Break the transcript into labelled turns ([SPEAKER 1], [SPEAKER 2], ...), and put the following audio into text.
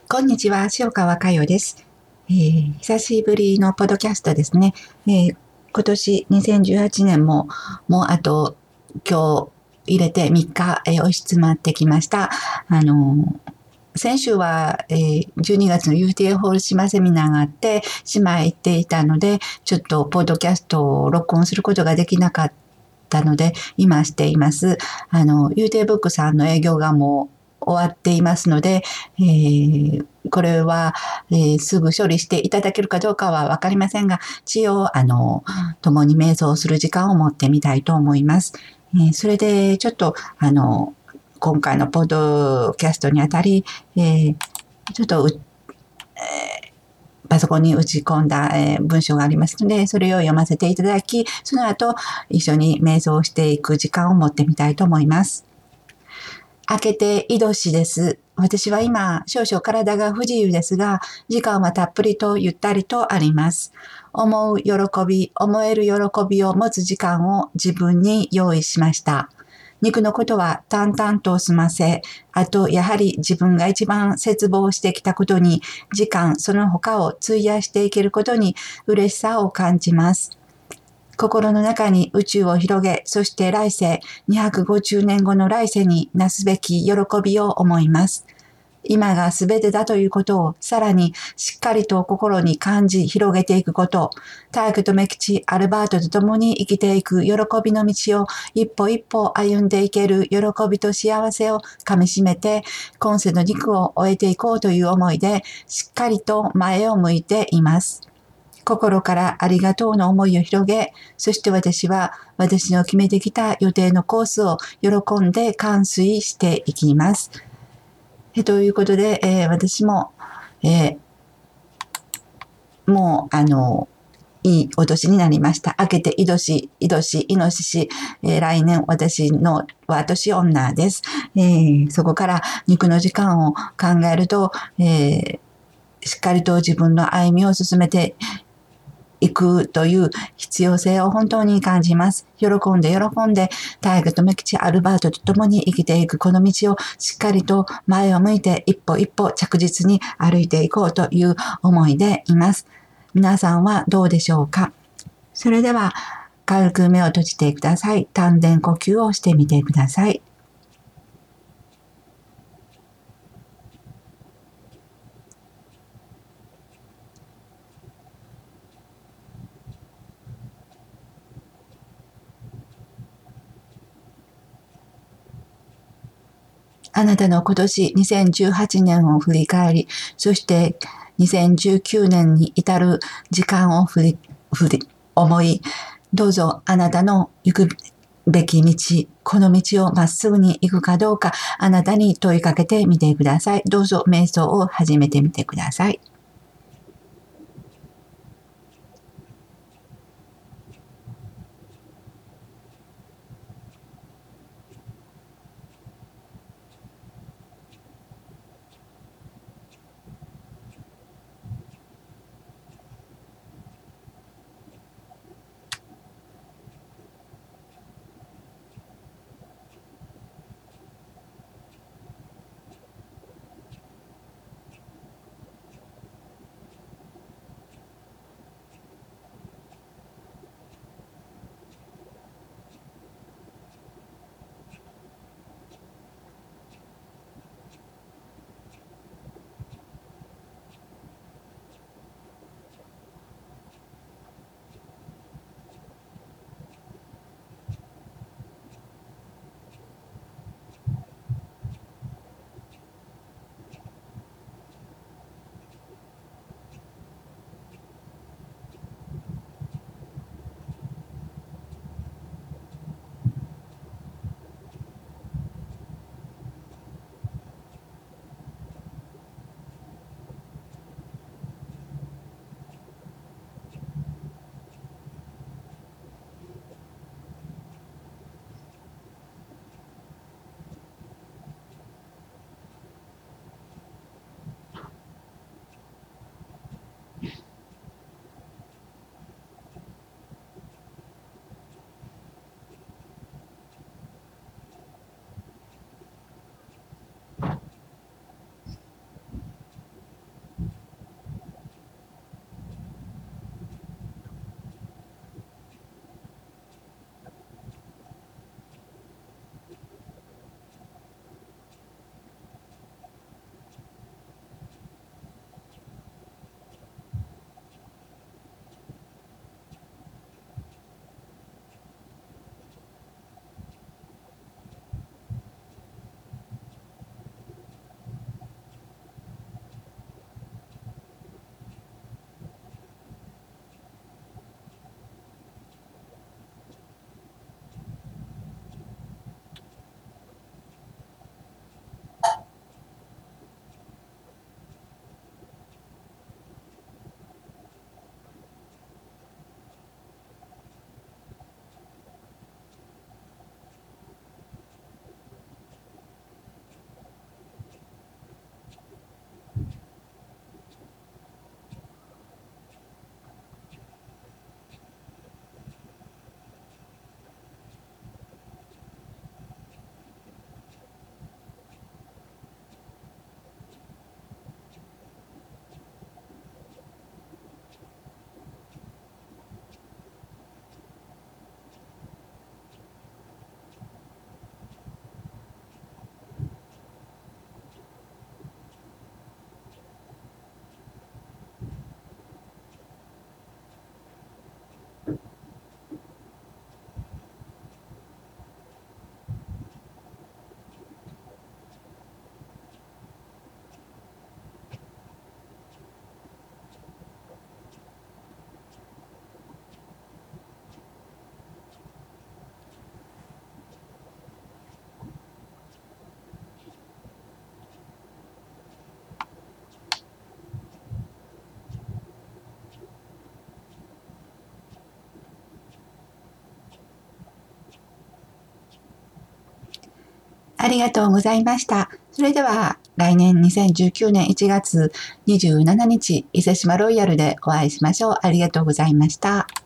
[SPEAKER 1] こんにちは、塩川佳代です。久しぶりのポッドキャストですね。今年2018年もうあと今日入れて3日、押し詰まってきました。先週は、12月の UTA ホール島セミナーがあって、島へ行っていたので、ちょっとポッドキャストを録音することができなかったので、今しています。UTA ブックさんの営業がもう終わっていますので、これは、すぐ処理していただけるかどうかはわかりませんが、一応、共に瞑想する時間を持ってみたいと思います。それで、ちょっと、今回のポッドキャストにあたり、ちょっとパソコンに打ち込んだ、文章がありますので、それを読ませていただき、その後、一緒に瞑想していく時間を持ってみたいと思います。明けて井年です。私は今、少々体が不自由ですが、時間はたっぷりとゆったりとあります。思う喜び、思える喜びを持つ時間を自分に用意しました。肉のことは淡々と済ませ、あとやはり自分が一番切望してきたことに、時間その他を費やしていけることに嬉しさを感じます。心の中に宇宙を広げ、そして来世、250年後の来世になすべき喜びを思います。今が全てだということをさらにしっかりと心に感じ広げていくこと、大工とメキチ、アルバートと共に生きていく喜びの道を一歩一歩歩んでいける喜びと幸せをかみしめて、今世の肉を終えていこうという思いで、しっかりと前を向いています。心からありがとうの思いを広げ、そして私は私の決めてきた予定のコースを喜んで完遂していきます。ということで、私も、もう、いいお年になりました。明けていどし、いどし、いのしし、来年私のは年女です。そこから肉の時間を考えると、しっかりと自分の歩みを進めて行くという必要性を本当に感じます。喜んで、大河とメキチ、アルバートと共に生きていくこの道をしっかりと前を向いて一歩一歩着実に歩いていこうという思いでいます。皆さんはどうでしょうか？それでは軽く目を閉じてください。丹田呼吸をしてみてください。あなたの今年2018年を振り返り、そして2019年に至る時間を思い、どうぞあなたの行くべき道、この道をまっすぐに行くかどうか、あなたに問いかけてみてください。どうぞ瞑想を始めてみてください。 ありがとうございました。それでは来年2019年1月27日、伊勢志摩ロイヤルでお会いしましょう。ありがとうございました。